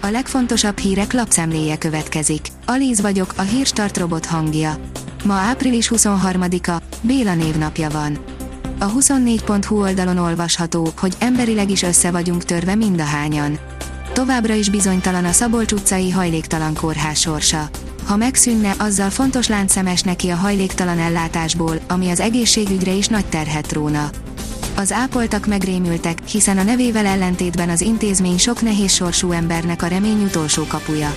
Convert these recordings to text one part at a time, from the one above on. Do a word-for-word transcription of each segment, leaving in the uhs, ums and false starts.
A legfontosabb hírek lapszemléje következik. Alíz vagyok, a Hírstart robot hangja. Ma április huszonharmadika, Béla névnapja van. A huszonnégy pont hu oldalon olvasható, hogy emberileg is össze vagyunk törve mindahányan. Továbbra is bizonytalan a Szabolcs utcai hajléktalan kórház sorsa. Ha megszűnne, azzal fontos láncsem esne ki a hajléktalan ellátásból, ami az egészségügyre is nagy terhet róna. Az ápoltak megrémültek, hiszen a nevével ellentétben az intézmény sok nehéz sorsú embernek a remény utolsó kapuja.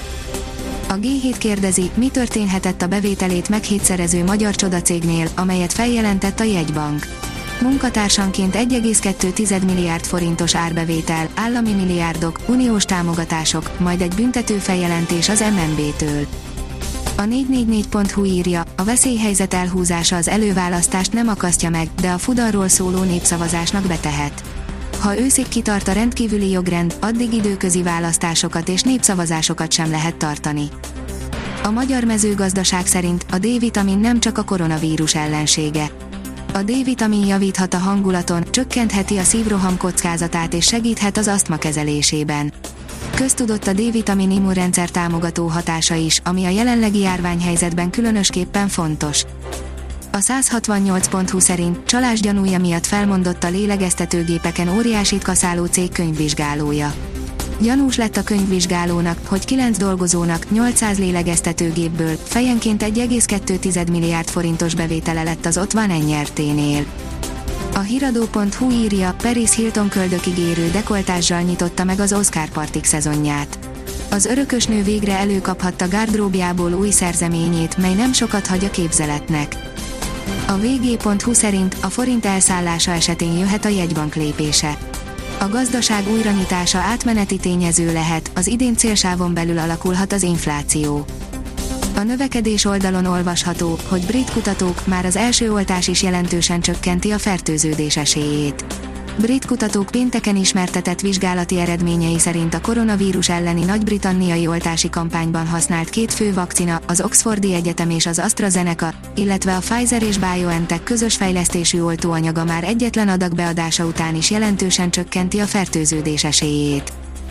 A gé hét kérdezi, mi történhetett a bevételét meghétszerező magyar csodacégnél, amelyet feljelentett a jegybank. Munkatársanként egy egész kettő milliárd forintos árbevétel, állami milliárdok, uniós támogatások, majd egy büntető feljelentés az em en bé-től. A négy négy négy pont hu írja, a veszélyhelyzet elhúzása az előválasztást nem akasztja meg, de a Fudarról szóló népszavazásnak betehet. Ha őszig kitart a rendkívüli jogrend, addig időközi választásokat és népszavazásokat sem lehet tartani. A magyar mezőgazdaság szerint a D-vitamin nem csak a koronavírus ellensége. A D-vitamin javíthat a hangulaton, csökkentheti a szívroham kockázatát és segíthet az asztma kezelésében. Köztudott a D-vitamin immunrendszer támogató hatása is, ami a jelenlegi járványhelyzetben különösképpen fontos. A száz hatvannyolc pont hu szerint csalás gyanúja miatt felmondott a lélegeztetőgépeken óriásit kaszáló cég könyvvizsgálója. Gyanús lett a könyvvizsgálónak, hogy kilenc dolgozónak nyolcszáz lélegeztetőgépből fejenként egy egész kettő milliárd forintos bevétele lett az ott van nyerténél. A hiradó pont hu írja, Paris Hilton köldökig érő dekoltással nyitotta meg az Oscar partik szezonját. Az örökösnő végre előkaphatta gardróbjából új szerzeményét, mely nem sokat hagy a képzeletnek. A vé gé pont hu szerint a forint elszállása esetén jöhet a jegybank lépése. A gazdaság újranyitása átmeneti tényező lehet, az idén célsávon belül alakulhat az infláció. A növekedés oldalon olvasható, hogy brit kutatók már az első oltás is jelentősen csökkenti a fertőződés esélyét. Brit kutatók pénteken ismertetett vizsgálati eredményei szerint a koronavírus elleni nagy-britanniai oltási kampányban használt két fő vakcina, az Oxfordi Egyetem és az AstraZeneca, illetve a Pfizer és BioNTech közös fejlesztésű oltóanyaga már egyetlen adag beadása után is jelentősen csökkenti a fertőződés esélyét.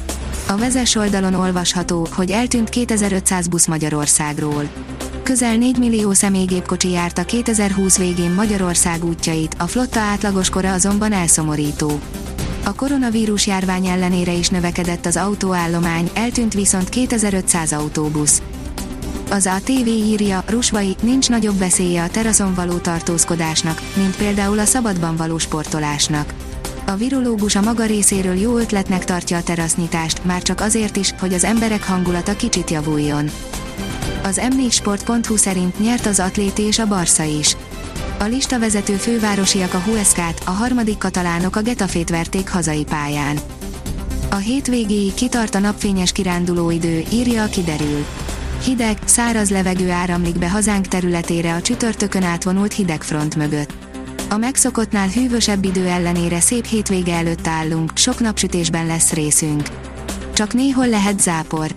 A Vezes oldalon olvasható, hogy eltűnt kétezer-ötszáz busz Magyarországról. Közel négy millió személygépkocsi járta kétezer-húsz végén Magyarország útjait, a flotta átlagos kora azonban elszomorító. A koronavírus járvány ellenére is növekedett az autóállomány, eltűnt viszont kétezer-ötszáz autóbusz. Az á té vé írja, Rusvai, nincs nagyobb veszélye a teraszon való tartózkodásnak, mint például a szabadban való sportolásnak. A virológus a maga részéről jó ötletnek tartja a terasznyitást, már csak azért is, hogy az emberek hangulata kicsit javuljon. Az em négy sport pont hu szerint nyert az Atléti és a Barca is. A listavezető fővárosiak a Huescát, a harmadik katalánok a Getafét verték hazai pályán. A hétvégéig kitart a napfényes kirándulóidő, írja a Kiderül. Hideg, száraz levegő áramlik be hazánk területére a csütörtökön átvonult hidegfront mögött. A megszokottnál hűvösebb idő ellenére szép hétvége előtt állunk, sok napsütésben lesz részünk. Csak néhol lehet zápor.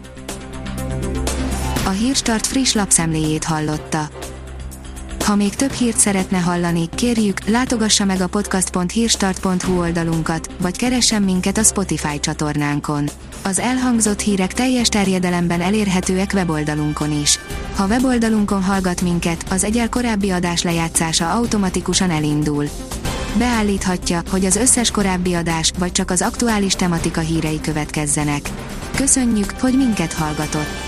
A Hírstart friss lapszemléjét hallotta. Ha még több hírt szeretne hallani, kérjük, látogassa meg a podcast pont hírstart pont hu oldalunkat, vagy keressen minket a Spotify csatornánkon. Az elhangzott hírek teljes terjedelemben elérhetőek weboldalunkon is. Ha weboldalunkon hallgat minket, az egyel korábbi adás lejátszása automatikusan elindul. Beállíthatja, hogy az összes korábbi adás, vagy csak az aktuális tematika hírei következzenek. Köszönjük, hogy minket hallgatott!